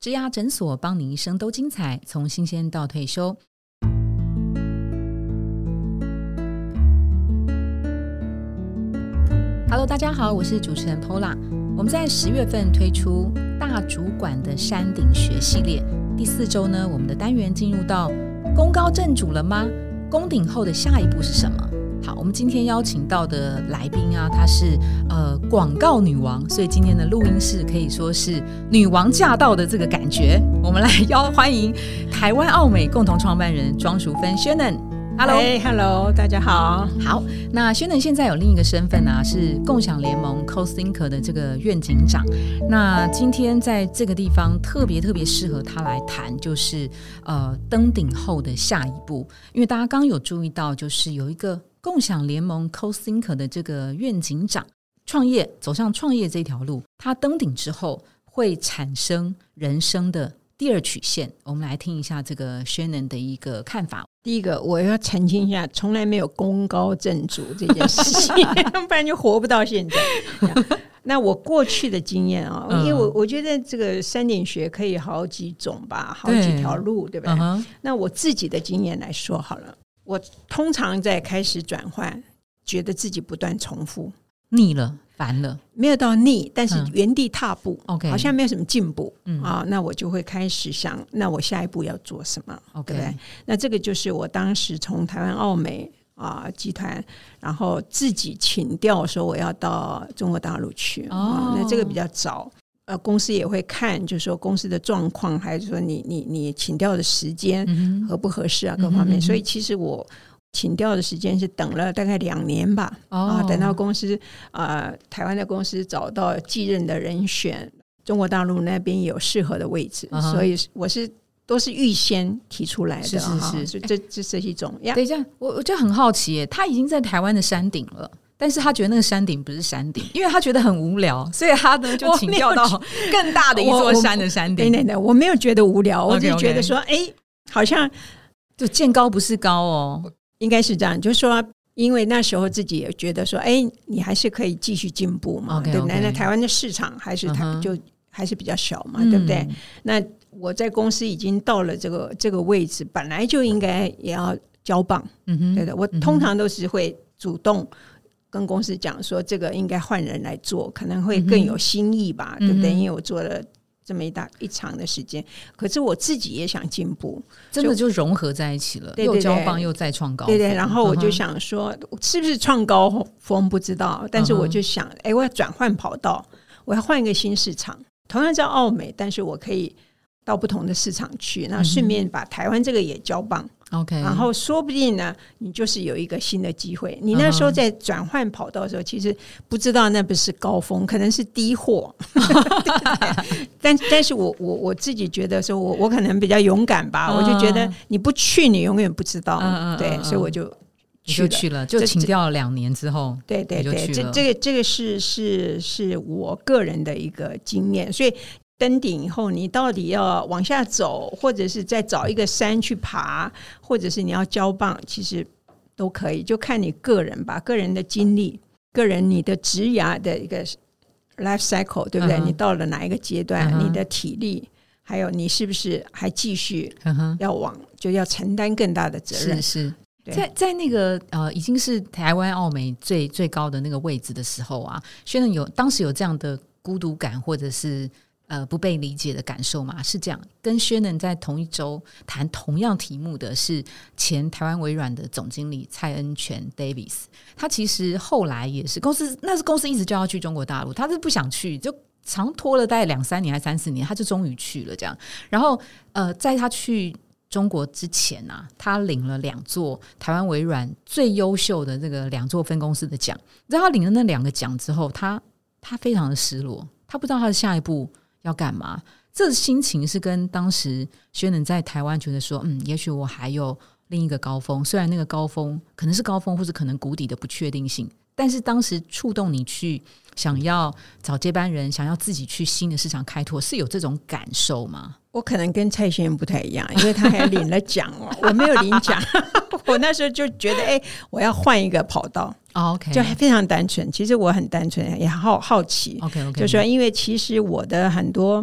职涯诊所，帮你一生都精彩，从新鲜到退休。Hello， 大家好，我是主持人 Paula。我们在10月份推出大主管的山顶学系列，第4周呢，我们的单元进入到功高震主了吗？攻顶后的下一步是什么？好，我们今天邀请到的来宾啊，她是广告女王，所以今天的录音室可以说是女王驾到的这个感觉。我们来欢迎台湾奥美共同创办人庄淑芬 Shannon。Hello， 大家好。 好，那 Shannon 现在有另一个身份啊，是共享联盟 CoThinker 的这个愿景长。那今天在这个地方特别适合他来谈，就是登顶后的下一步。因为大家刚刚有注意到，就是有一个共享联盟 CoThinker 的这个愿景长走上创业这条路，他登顶之后会产生人生的第二曲线。我们来听一下这个 Shannon 的一个看法。 第一个我要澄清一下，从来没有功高震主这件事情不然就活不到现在那我过去的经验啊，因为我觉得这个山顶学可以好几种吧，好几条路， 对不对？那我自己的经验来说好了，我通常在开始转换，觉得自己不断重复， 腻了烦了， 没有到腻，但是原地踏步，好像没有什么进步，那我就会开始想，那我下一步要做什么，对不对？那这个就是我当时从台湾奥美集团，然后自己请调说我要到中国大陆去，那这个比较早，公司也会看，就是说公司的状况，还是说你请调的时间合不合适啊，各方面。所以其实我请调的时间是等了大概2年吧，等到公司台湾的公司找到继任的人选，中国大陆那边有适合的位置，所以我都是预先提出来的，是这是一种。 等一下，我就很好奇耶，他已经在台湾的山顶了，但是他觉得那个山顶不是山顶，因为他觉得很无聊，所以他呢就请调到更大的一座山的山顶。 对，我没有觉得无聊，我只是觉得说好像就见高不是高哦， 应该是这样，就是说因为那时候自己也觉得说你还是可以继续进步嘛，对不对？那台湾的市场还是就还是比较小嘛，对不对？那我在公司已经到了这个位置，本来就应该也要交棒，对的。我通常都是会主动跟公司讲说，这个应该换人来做，可能会更有新意吧，对不对？因为我做了这么一长的时间，可是我自己也想进步， 真的就融合在一起了，又交棒又再创高峰。 对，然后我就想说，是不是创高峰不知道，但是我就想，我要转换跑道，我要换一个新市场，同样叫奥美，但是我可以到不同的市场去，那顺便把台湾这个也交棒。然后说不定呢，你就是有一个新的机会。你那时候在转换跑道的时候，其实不知道那不是高峰，可能是低货但是我自己觉得说我可能比较勇敢吧，我就觉得你不去你永远不知道，对，所以我就去了，就请调了2年之后， 对，这个是我个人的一个经验。所以登顶以后，你到底要往下走，或者是再找一个山去爬，或者是你要交棒，其实都可以，就看你个人吧，个人的经历，个人你的职涯的一个 life cycle， 对不对？你到了哪一个阶段，你的体力，还有你是不是还继续要就要承担更大的责任。 是在那个已经是台湾奥美最高的那个位置的时候啊，Shannon当时有这样的孤独感，或者是不被理解的感受吗？是这样。跟 Shannon 在同一周谈同样题目的是前台湾微软的总经理蔡恩泉 Davis， 他其实后来也是公司一直叫他去中国大陆，他是不想去，就长拖了大概2-3年还3-4年，他就终于去了这样。然后在他去中国之前啊，他领了2座台湾微软最优秀的这个2座分公司的奖。你知道他领了那2个奖之后，他非常的失落，他不知道他的下一步要干嘛。这心情是跟当时Shannon在台湾觉得说也许我还有另一个高峰，虽然那个高峰可能是高峰或是可能谷底的不确定性，但是当时触动你去想要找接班人，想要自己去新的市场开拓，是有这种感受吗？ 我可能跟蔡先生不太一样，因为他还领了奖我没有领奖我那时候就觉得我要换一个跑道 ，okay. 就非常单纯。其实我很单纯，也好奇， okay. 就是说因为其实我的很多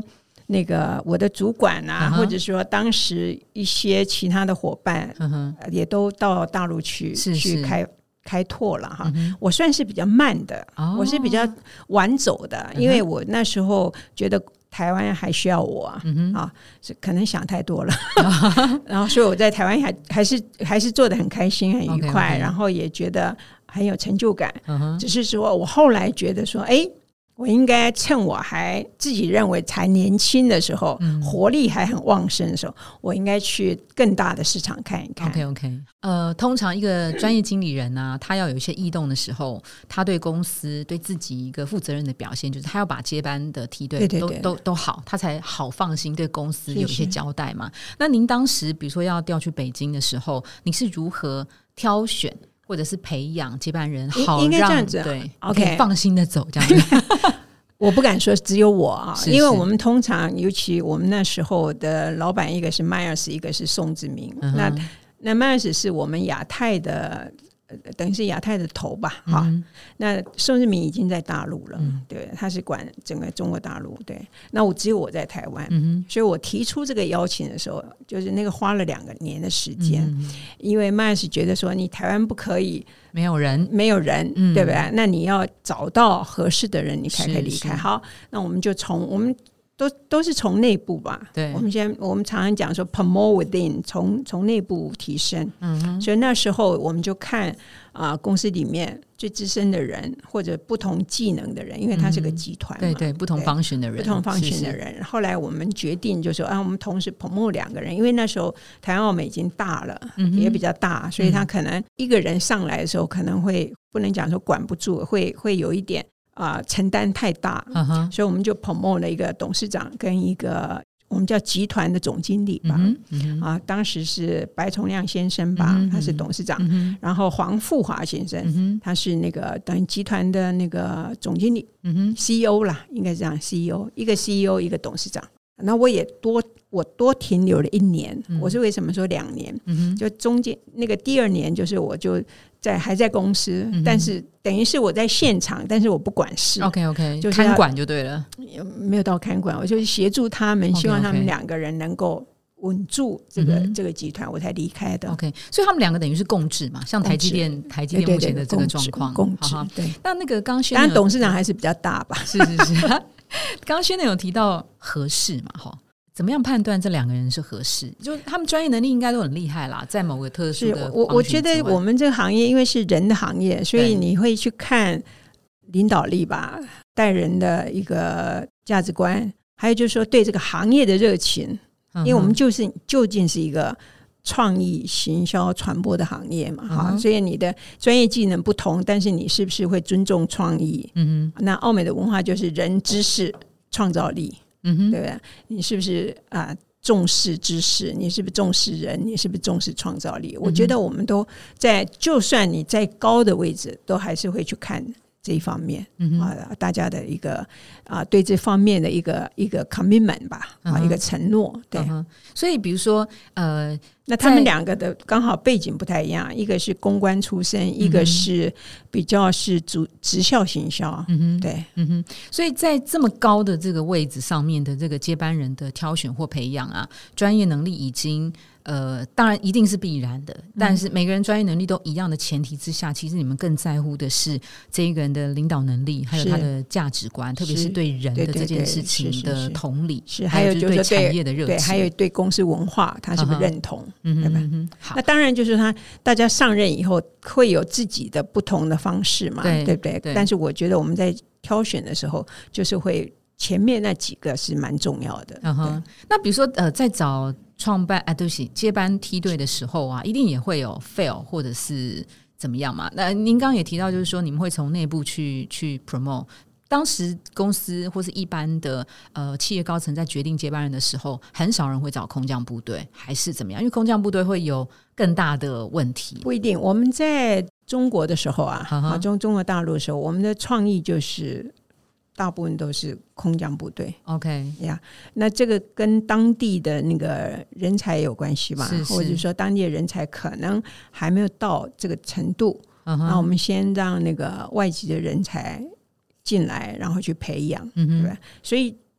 那个我的主管啊，或者说当时一些其他的伙伴，也都到大陆去开拓了哈。我算是比较慢的，我是比较晚走的，因为我那时候觉得台湾还需要我是可能想太多了然后所以我在台湾还是做得很开心很愉快，然后也觉得很有成就感，只是说我后来觉得说我应该趁我还自己认为才年轻的时候，活力还很旺盛的时候，我应该去更大的市场看一看。 OK， 通常一个专业经理人啊，他要有一些异动的时候，他对公司对自己一个负责任的表现，就是他要把接班的梯队都好，他才好放心对公司有一些交代嘛。那您当时比如说要调去北京的时候，你是如何挑选？或者是培养接班人，好应该这样子对 OK 放心的走这样子我不敢说只有我啊，因为我们通常尤其我们那时候的老板一个是 Myers 一个是宋志明，那 Myers 是我们亚太的等于是亚太的头吧，那宋志明已经在大陆了，对，他是管整个中国大陆，对，那只有我在台湾，所以我提出这个邀请的时候，就是那个花了2年的时间，因为麦斯觉得说你台湾不可以没有人， 对不对？那你要找到合适的人，你才可以离开。好，那我们就我们都是从内部吧， 对， 我们常常讲说 promote within， 从内部提升，所以那时候我们就看公司里面最资深的人或者不同技能的人，因为它是个集团嘛， 对，不同function的人，后来我们决定就说我们同时 promote 2个人，因为那时候台湾澳美已经大了，也比较大，所以他可能一个人上来的时候可能会不能讲说管不住，会有一点承担太大，所以我们就 promote 了一个董事长跟一个我们叫集团的总经理吧，当时是白崇亮先生吧，他是董事长，然后黄富华先生，他是那个等于集团的那个总经理，CEO 啦，应该是这样 CEO， 一个 CEO 一个董事长。那我多停留了1年，我是为什么说2年，就中间那个第2年就是我就还在公司，但是等于是我在现场，但是我不管事 OK 就是看管就对了， 没有到看管，我就协助他们，希望他们2个人能够稳住这个集团，我才离开的。 OK， 所以他们2个等于是共治嘛，像台积电目前的这个状况， 共治。对， 那个刚刚当然董事长还是比较大吧， 是刚刚轩有提到合适嘛，怎么样判断这2个人是合适？就他们专业能力应该都很厉害啦，在某个特殊的我觉得我们这个行业因为是人的行业，所以你会去看领导力吧，带人的一个价值观，还有就是说对这个行业的热情，因为我们究竟是一个创意行销传播的行业嘛，所以你的专业技能不同，但是你是不是会尊重创意？那澳美的文化就是人、知识、创造力，对不对？你是不是重视知识？你是不是重视人？你是不是重视创造力？我觉得我们都就算你在高的位置，都还是会去看这一方面，大家的一个对这方面的一个 commitment 吧，一个承诺，对。 所以比如说那他们2个的刚好背景不太一样，一个是公关出身，一个是比较是直销行销，对， 所以在这么高的这个位置上面的这个接班人的挑选或培养啊，专业能力已经当然一定是必然的，但是每个人专业能力都一样的前提之下，其实你们更在乎的是这一个人的领导能力，还有他的价值观，特别是对人的这件事情的同理， 还有就是对产业的热情， 还有对公司文化他是不是认同，对吧？那当然就是大家上任以后会有自己的不同的方式嘛，对不对？但是我觉得我们在挑选的时候，就是会前面那几个是蛮重要的。 那比如说在找创办对不起接班梯队的时候啊，一定也会有 fail 或者是怎么样嘛？那您刚刚也提到，就是说你们会从内部去 promote。当时公司或是一般的企业高层在决定接班人的时候，很少人会找空降部队，还是怎么样？因为空降部队会有更大的问题。 不一定，我们在中国的时候中国大陆的时候，我们的创意就是大部分都是空降部队。 OK 呀，那这个跟当地的那个人才有关系嘛，或者说当地的人才可能还没有到这个程度，那我们先让那个外籍的人才进来，然后去培养，对吧？所以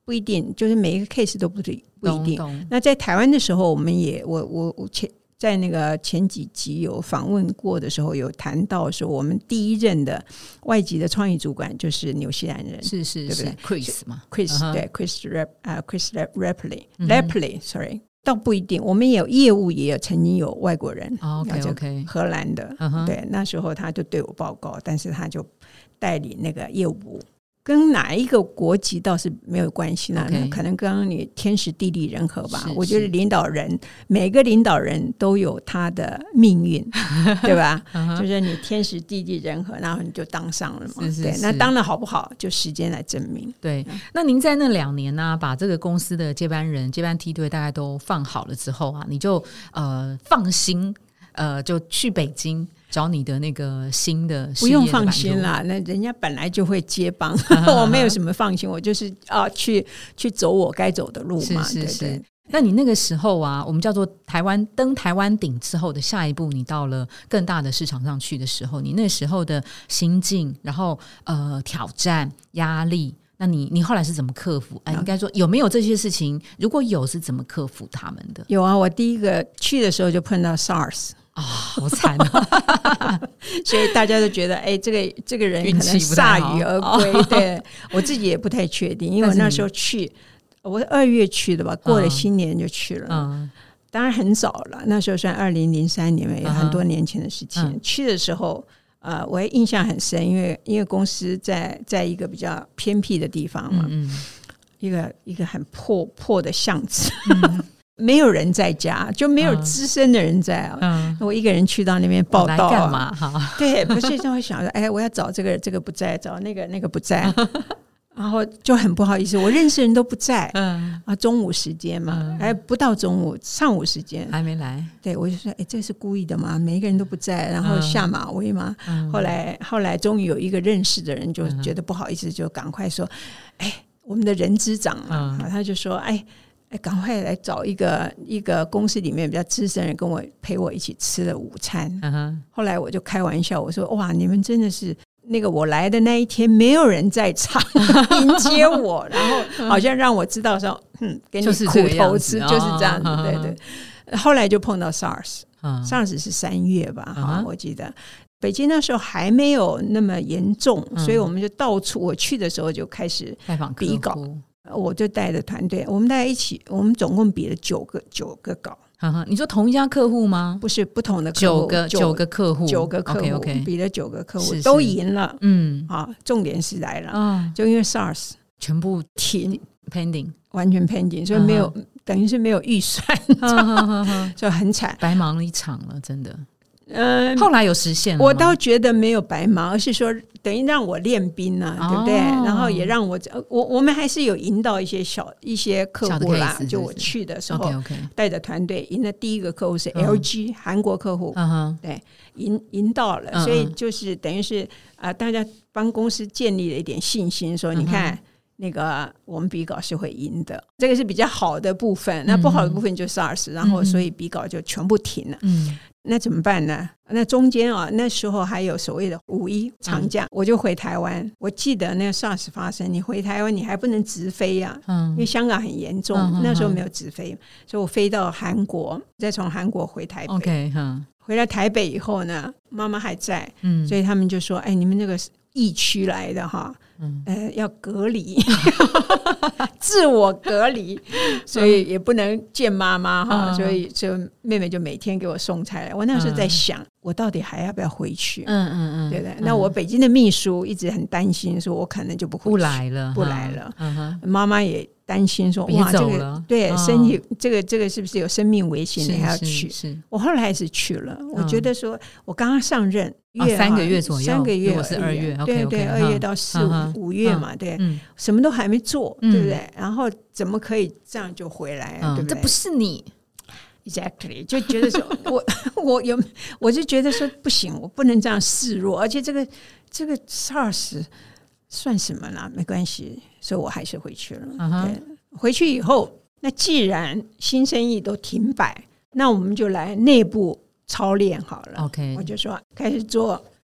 不一定，就是每一个 case 都不一定。那在台湾的时候，我们也我在那个前几集有访问过的时候，有谈到说，我们第一任的外籍的创意主管就是纽西兰人， 是对不对 ？Chris 嘛 ，Chris 对 Chris Rapley sorry。倒不一定，我们也有业务，也有曾经有外国人 ，OK， 荷兰的，对，那时候他就对我报告，但是他就代理那个业务部，跟哪一个国籍倒是没有关系啦，那可能刚刚你天时地利人和吧。我觉得领导人，每个领导人都有他的命运，对吧？就是你天时地利人和，然后你就当上了嘛。对，那当了好不好，就时间来证明。 对，那您在那2年呢，把这个公司的接班梯队大概都放好了之后啊，你就放心就去北京。找你的那个新的事业的版图。不用放心啦，那人家本来就会接棒我没有什么放心，我就是去走我该走的路嘛。 是对。那你那个时候啊，我们叫做登台湾顶之后的下一步，你到了更大的市场上去的时候，你那时候的心境，然后挑战压力，那你后来是怎么克服？应该说有没有这些事情？如果有，是怎么克服他们的？ 有啊，我第一个去的时候就碰到 SARS。 好惨啊所以大家都觉得这个人可能铩羽而归。对，我自己也不太确定，因为我那时候去，我2月去的吧，过了新年就去了。当然很早了，那时候算2003年，有很多年前的事情。去的时候我印象很深，因为公司在一个比较偏僻的地方嘛，一个很破的巷子。没有人在家，就没有资深的人在我一个人去到那边报道干嘛？ 对，不是就会想说，我要找这个不在，找那个不在，然后就很不好意思，我认识人都不在，中午时间嘛，不到中午，上午时间还没来， 对，我就说，这是故意的吗？每一个人都不在，然后下马威嘛。后来终于有一个认识的人就觉得不好意思，就赶快说，我们的人资长他就说，赶快来找一个公司里面比较资深人陪我一起吃了午餐。后来我就开玩笑，我说哇，你们真的是那个我来的那一天没有人在场迎接我，然后好像让我知道说给你苦头吃，就是这样子。对对。后来就碰到 SARS 是3月吧，我记得北京那时候还没有那么严重，所以我们就到处，我去的时候就开始比稿，我就带着团队，我们大家一起，我们总共比了9个稿。 你说同一家客户吗？ 不是，不同的客户 ，9个客户 ，9个客户 ，OK， 比了9个客户都赢了。重点是来了，就因为 SARS 全部停 pending， 完全 pending， 所以没有，等于是没有预算，就很惨， 白忙了一场了，真的。后来有实现了吗？ 我倒觉得没有白忙，而是说等于让我练兵了，对不对？然后也让我们还是有赢到一些客户啦。就我去的时候，带着团队赢的第一个客户是 LG 韩国客户，对，赢到了，所以就是等于是大家帮公司建立了一点信心，说你看。那个我们比稿是会赢的，这个是比较好的部分。那不好的部分就 SARS， 然后所以比稿就全部停了。那怎么办呢？那中间那时候还有所谓的5·1长假，我就回台湾。我记得那个 SARS 发生，你回台湾你还不能直飞啊，因为香港很严重，那时候没有直飞，所以我飞到韩国，再从韩国回台北。回来台北以后呢，妈妈还在，所以他们就说：“你们那个疫区来的哈。”要隔离自我隔离，所以也不能见妈妈哈，所以就妹妹就每天给我送菜来。我那时候在想，我到底还要不要回去？对不对？那我北京的秘书一直很担心，说我可能就不来了。妈妈也担心说，哇，这个对身体这个是不是有生命危险？你还要去？我后来还是去了。我觉得说我刚刚上任 3个月左右 ，3个月， 我是2月， 对对，2月到4、5月嘛，对，什么都还没做，对不对？然后怎么可以这样就回来？对不对？ 这不是你 ，exactly， 就觉得说我就觉得说不行，我不能这样示弱，而且这个 SARS 算什么呢？没关系，所以我还是回去了。对，回去以后，那既然新生意都停摆，那我们就来内部操练好了。 OK， 我就说开始做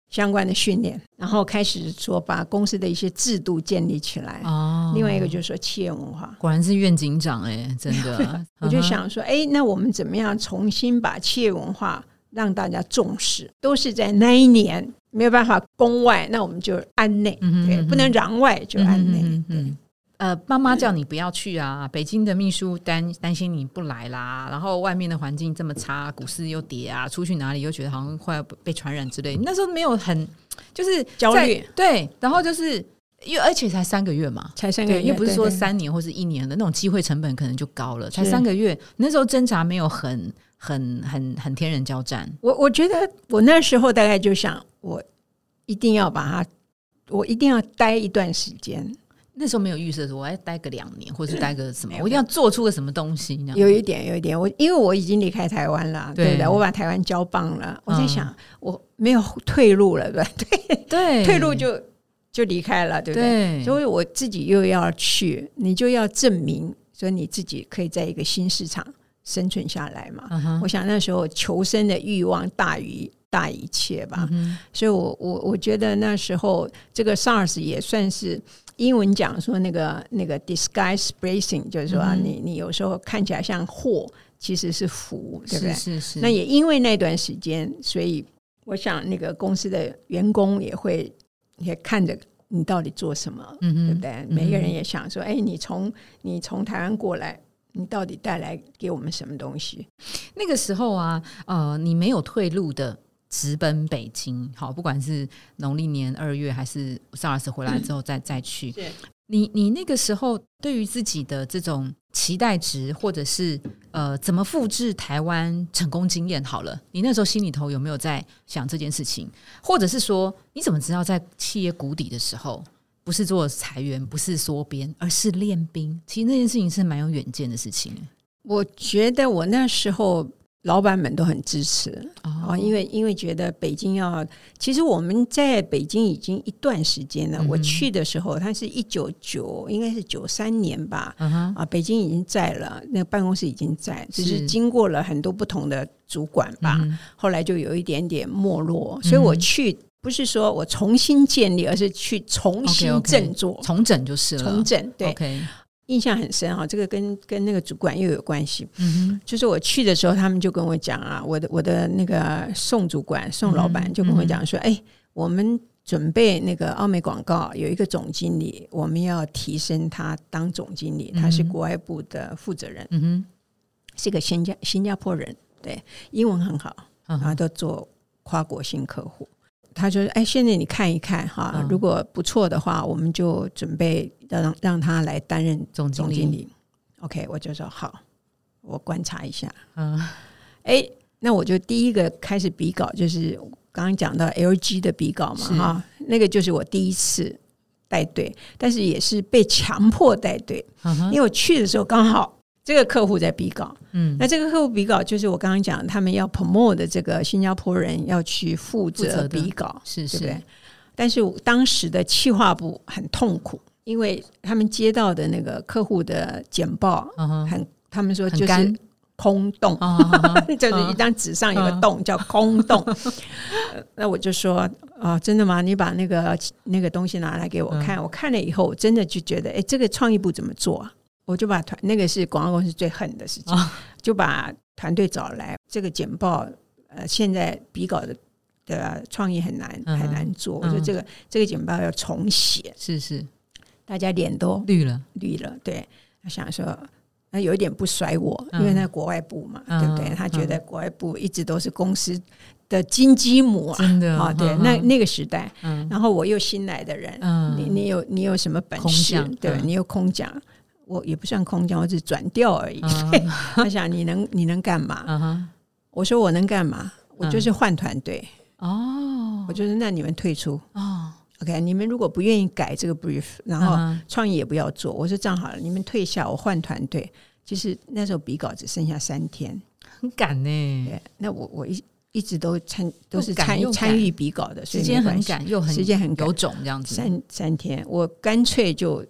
相关的训练，然后开始说把公司的一些制度建立起来。另外一个就是说企业文化， 果然是院警长真的。 我就想说那我们怎么样重新把企业文化让大家重视，都是在那一年没有办法攻外，那我们就安内，对，不能攘外就安内。 妈妈叫你不要去啊，北京的秘书担心你不来啦，然后外面的环境这么差，股市又跌啊，出去哪里又觉得好像快要被传染之类，那时候没有很就是焦虑， 对，然后就是因为而且才3个月嘛， 才3个月， 又不是说3年或是1年的那种机会成本可能就高了，才3个月，那时候挣扎没有很天人交战。 我觉得我那时候大概就想，我一定要待一段时间。 那时候没有预设说我要待个2年或是待个什么，我一定要做出个什么东西。 有一点因为我已经离开台湾了，对不对？我把台湾交棒了，我在想我没有退路了，对，退路就离开了，对不对？所以我自己又要去，你就要证明说你自己可以在一个新市场生存下来嘛。我想那时候求生的欲望大于一切吧。所以我觉得那时候这个 SARS 也算是英文讲说那个 disguise blessing， 就是说你有时候看起来像祸，其实是福，对不对？ 是。 那也因为那段时间，所以我想那个公司的员工也看着你到底做什么，对不对？每个人也想说，你从台湾过来，你到底带来给我们什么东西？ 那个时候啊，你没有退路的。直奔北京，好，不管是农历年2月还是 SARS 回来之后再去，你那个时候对于自己的这种期待值，或者是怎么复制台湾成功经验好了，你那时候心里头有没有在想这件事情？或者是说你怎么知道在企业谷底的时候不是做裁员，不是缩编，而是练兵？其实那件事情是蛮有远见的事情。 我觉得我那时候老板们都很支持因为觉得北京其实我们在北京已经一段时间了。我去的时候，它是应该是93年吧，北京已经在了，那个办公室已经在，只是经过了很多不同的主管吧，后来就有一点点没落，所以我去不是说我重新建立，而是去重新振作， 重整就是了， 重整，对。印象很深这个跟那个主管又有关系。就是我去的时候，他们就跟我讲我的那个宋主管宋老板就跟我讲说，我们准备那个奥美广告有一个总经理，我们要提升他当总经理，他是国外部的负责人，是个新加坡人，对，英文很好，然后都做跨国性客户。他就说现在你看一看如果不错的话，我们就准备让他来担任总经理。OK， 我就说好，我观察一下。那我就第一个开始比稿，就是刚刚讲到 LG 的比稿嘛，那个就是我第一次带队，但是也是被强迫带队，因为我去的时候刚好这个客户在比稿，那这个客户比稿就是我刚刚讲他们要 promote 的这个新加坡人要去负责比稿， 是对不对？但是当时的企划部很痛苦，因为他们接到的那个客户的简报他们说就是空洞，就是一张纸上有个洞叫空洞。那我就说真的吗？你把那个东西拿来给我看，我看了以后我真的就觉得这个创意部怎么做啊？我就把那个是广告公司最恨的事情，就把团队找来，这个简报现在比稿的创意很难做，我说这个简报要重写， 是大家脸都绿了，对，他想说有一点不甩我，因为那国外部嘛，对不对？他觉得国外部一直都是公司的金鸡母真的对，那个时代，然后我又新来的人，你有什么本事？对，你有空讲。我也不算空降，我只是转调而已。他想你能干嘛？我说我能干嘛？我就是换团队。我就是那你们退出。OK， 你们如果不愿意改这个 brief， 然后创意也不要做，我说这样好了，你们退下，我换团队。其实那时候比稿只剩下3天， 很赶呢。 对，那我一直都是参与比稿的， 时间很赶，又很时间很有种这样子。 3天，我干脆就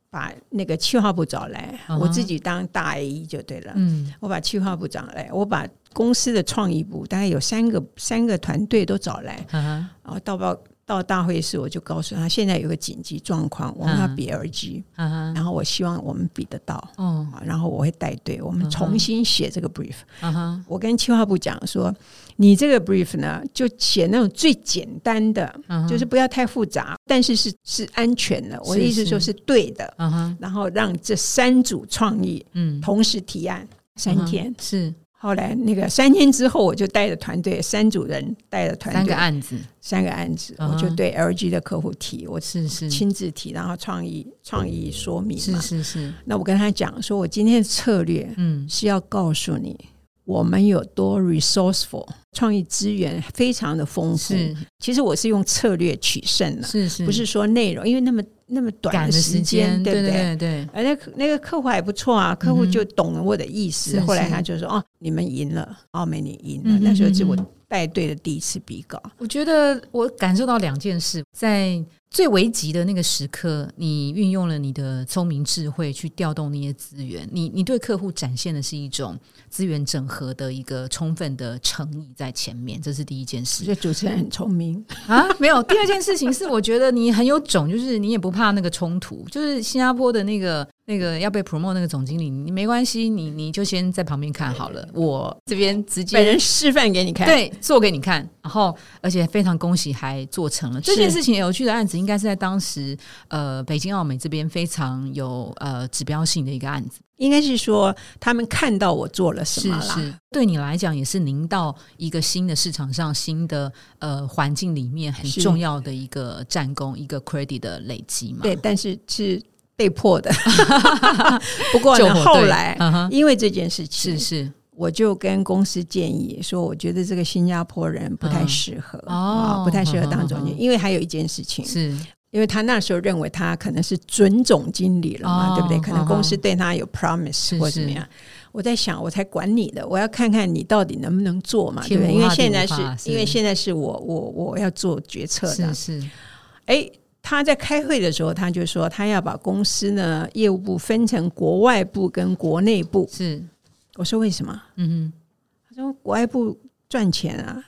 把那个企划部找来，我自己当大 A 就对了。我把企划部找来，我把公司的创意部大概有三个团队都找来，然后到大会室我就告诉他，现在有个紧急状况，我们要比 LG，然后我希望我们比得到，然后我会带队，我们重新写这个 brief。我跟企划部讲说，你这个 brief 呢，就写那种最简单的，就是不要太复杂，但是是安全的。我的意思说是对的，然后让这3组创意同时提案3天。 是。 后来那个3天之后，我就带着团队3组人带着团队3个案子，我就对 LG 的客户提，我是亲自提，然后创意说明嘛， 是。 那我跟他讲说，我今天的策略是要告诉你，我们有多 resourceful， 创意资源非常的丰富。其实我是用策略取胜的，不是说内容，因为那么短的时间，对不对？对。而那个客户还不错啊，客户就懂了我的意思。后来他就说：“你们赢了，奥美你赢了。”那时候是我带队的第一次比稿。 我觉得我感受到2件事，在最危急的那个时刻，你运用了你的聪明智慧去调动那些资源，你对客户展现的是一种资源整合的一个充分的诚意在前面，这是第一件事。 我觉得主持人很聪明啊，没有。第2件事情是，我觉得你很有种，就是你也不怕那个冲突，就是新加坡的那个要被 promote 那个总经理，你没关系，你就先在旁边看好了，我这边直接本人示范给你看， 对，做给你看，然后而且非常恭喜还做成了这件事情。有趣的案子应该是在当时北京奥美这边非常有指标性的一个案子， 应该是说他们看到我做了什么啦。 是对你来讲也是您到一个新的市场上新的环境里面很重要的一个战功，一个 credit 的累积嘛。 对，但是被迫的不过呢后来因为这件事情是我就跟公司建议说，我觉得这个新加坡人不太适合，不太适合当总经理。因为还有一件事情，是因为他那时候认为他可能是准总经理了嘛，对不对？可能公司对他有 promise 或怎么样。我在想，我才管你的，我要看看你到底能不能做嘛，对不对？因为现在是我要做决策的。是他在开会的时候，他就说他要把公司呢业务部分成国外部跟国内部。是，我说为什么？他说国外部赚钱啊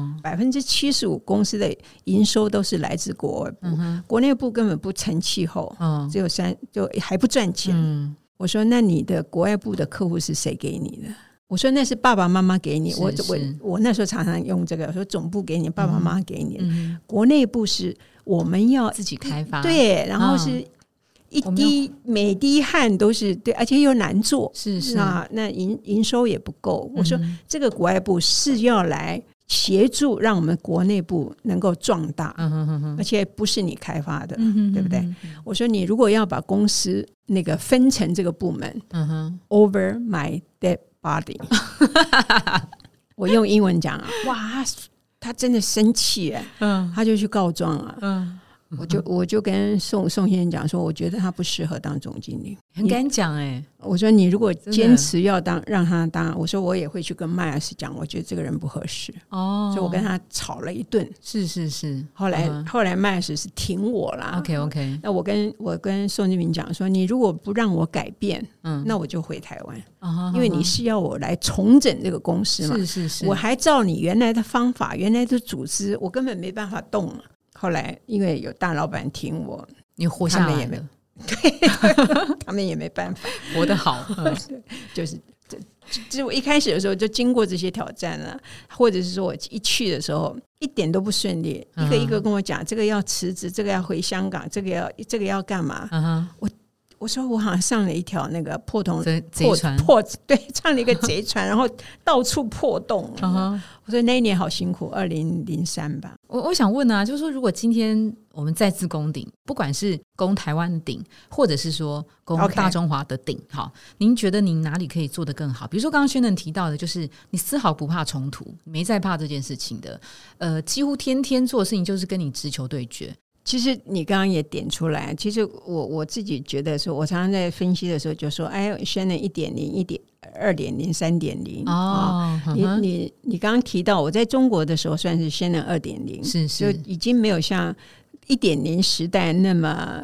，75%公司的营收都是来自国外部，国内部根本不成气候，只有就还不赚钱。我说那你的国外部的客户是谁给你的？我说那是爸爸妈妈给你。我那时候常常用这个，我说总部给你，爸爸妈妈给你，国内部是我们要自己开发。 对，然后是每滴汗都是对，而且又难做，是那营收也不够。我说这个国外部是要来协助让我们国内部能够壮大，而且不是你开发的，对不对？我说你如果要把公司那个分成这个部门，over my dead body 我用英文讲哇，他真的生气他就去告状了。我就跟宋先生讲说，我觉得他不适合当总经理。 很敢讲我说你如果坚持要让他当，我说我也会去跟迈尔斯讲，我觉得这个人不合适。所以我跟他吵了一顿。是。后来迈尔斯是挺我啦。OK。那我跟宋金明讲说，你如果不让我改变，那我就回台湾。因为你是要我来重整这个公司嘛。是。我还照你原来的方法，原来的组织，我根本没办法动了。后来因为有大老板挺我， 你活下来了。 对，他们也没办法， 活得好。 就是我一开始的时候就经过这些挑战了，或者是说我一去的时候一点都不顺利，一个一个跟我讲这个要辞职，这个要回香港，这个要干嘛。我说我好像上了一条那个破船，对，上了一个贼船，然后到处破洞。我说那一年好辛苦，2003吧。 我想问啊，就是说如果今天我们再次攻顶，不管是攻台湾的顶，或者是说攻大中华的顶，好，您觉得您哪里可以做得更好？比如说刚刚Shannon提到的，就是你丝毫不怕冲突，没在怕这件事情的，几乎天天做的事情就是跟你直球对决。 其实你刚刚也点出来，其实我自己觉得说，我常常在分析的时候就说Shannon 1.0、2.0、3.0。你刚刚提到我在中国的时候算是Shannon 2.0，就已经没有像 1.0时代那么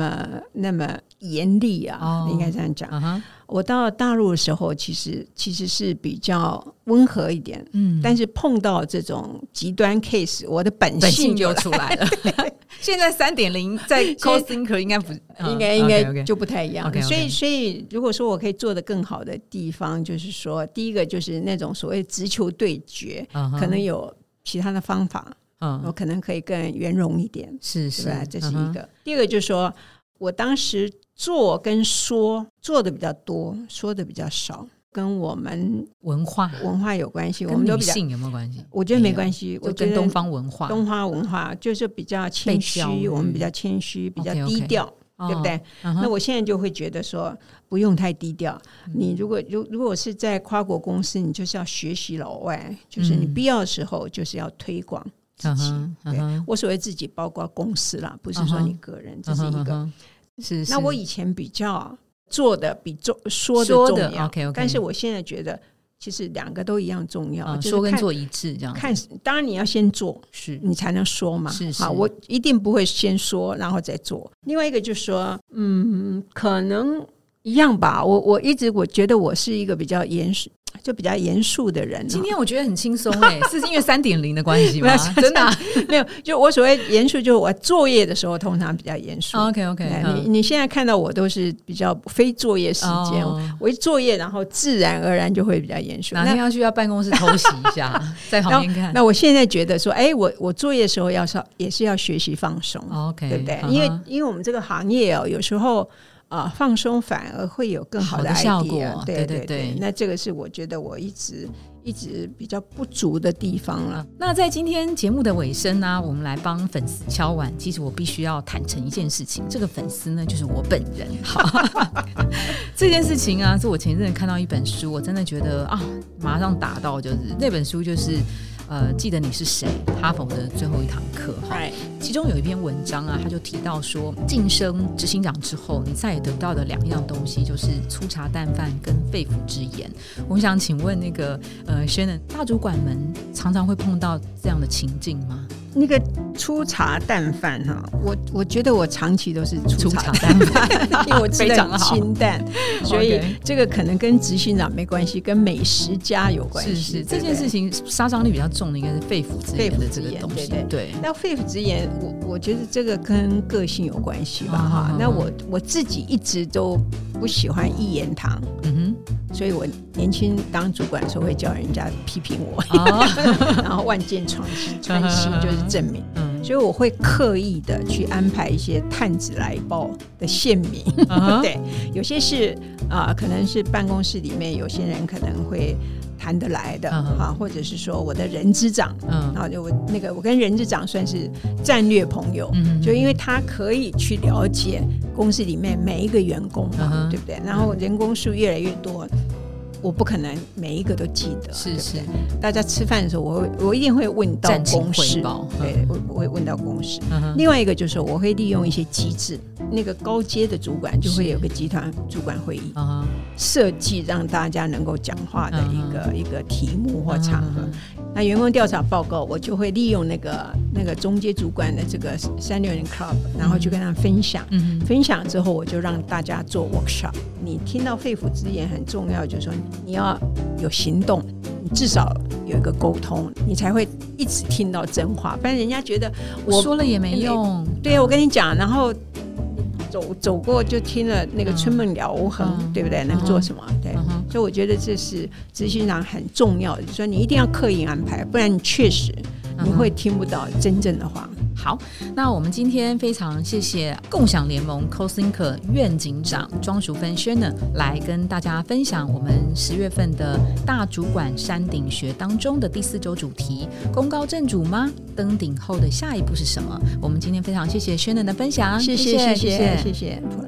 严厉啊，应该这样讲。我到大陆的时候其实是比较温和一点，但是碰到这种极端 case 我的本性就出来了。现在 3.0 在 CoSthinker 应该不应该就不太一样。所以如果说我可以做得更好的地方，就是说第一个就是那种所谓直球对决，可能有其他的方法，我可能可以更圆融一点， 是吧？这是一个。第二个就是说我当时做跟说，做的比较多，说的比较少，跟我们文化有关系。 跟女性有没有关系？ 我觉得没关系， 我觉得东方文化就是比较谦虚，我们比较谦虚，比较低调，对不对？那我现在就会觉得说不用太低调。你如果是在跨国公司，你就是要学习老外，就是你必要的时候就是要推广自己。对，我所谓自己包括公司啦，不是说你个人，这是一个。那我以前比较做的比说的重要，但是我现在觉得其实两个都一样重要，就是说跟做一致这样。 当然你要先做， 是你才能说嘛。 是好，我一定不会先说然后再做。另外一个就是说，可能一样吧。我一直我觉得我是一个比较严肃的人。 今天我觉得很轻松是因为 3.0 的关系吗？真的没有，就我所谓严肃，就是我作业的时候通常比较严肃。 OK， 你现在看到我都是比较非作业时间，我一作业然后自然而然就会比较严肃。 哪天要去到办公室偷袭一下，在旁边看。 那我现在觉得说，我作业的时候也是要学习放松，对不对？因为我们这个行业有时候放松反而会有更好的 idea， 效果。 对，那这个是我觉得我一直比较不足的地方了。 那在今天节目的尾声呢，我们来帮粉丝敲碗。其实我必须要坦诚一件事情，这个粉丝呢就是我本人。这件事情啊，是我前阵看到一本书，我真的觉得马上打到，就是那本书就是记得你是谁，哈佛的最后一堂课。其中有一篇文章啊，他就提到说，晋升执行长之后，你再也得不到的2样东西，就是粗茶淡饭跟肺腑之言。我想请问那个Shannon， 大主管们常常会碰到这样的情境吗？ 那个粗茶淡饭我觉得我长期都是粗茶淡饭，因为我吃得很清淡，所以这个可能跟执行长没关系，跟美食家有关系。 是这件事情杀伤力比较重的应该是肺腑之言的这个东西。对， 那肺腑之言，我觉得这个跟个性有关系吧。那我自己一直都不喜欢一言堂，所以我年轻当主管的时候会叫人家批评我，然后万箭穿心就是证明。所以我会刻意的去安排一些探子来报的县民。对，有些是可能是办公室里面有些人可能会谈得来的或者是说我的人资长，然后我跟人资长算是战略朋友，就因为他可以去了解公司里面每一个员工嘛，对不对？然后人工数越来越多，我不可能每一个都记得， 是大家吃饭的时候我一定会问到公事，对，我会问到公事。另外一个就是我会利用一些机制，那个高阶的主管就会有个集团主管会议，设计让大家能够讲话的一个题目或场合。那员工调查报告，我就会利用那个中阶主管的这个360 Club， 然后去跟他们分享。分享之后，我就让大家做 workshop。你听到肺腑之言很重要，就是说你要有行动，你至少有一个沟通，你才会一直听到真话。不然人家觉得我说了也没用。 对，我跟你讲，然后走过就听了那个春梦鸟无痕，对不对？能做什么？对，所以我觉得这是执行长很重要的，就是说你一定要刻意安排，不然你确实你会听不到真正的话。 好，那我们今天非常谢谢共享联盟 CoSthinker 院警长庄淑芬 Shannon 来跟大家分享我们10月份的大主管山顶学当中的第4周主题：功高震主吗？登顶后的下一步是什么？我们今天非常谢谢 Shannon 的分享， 谢谢。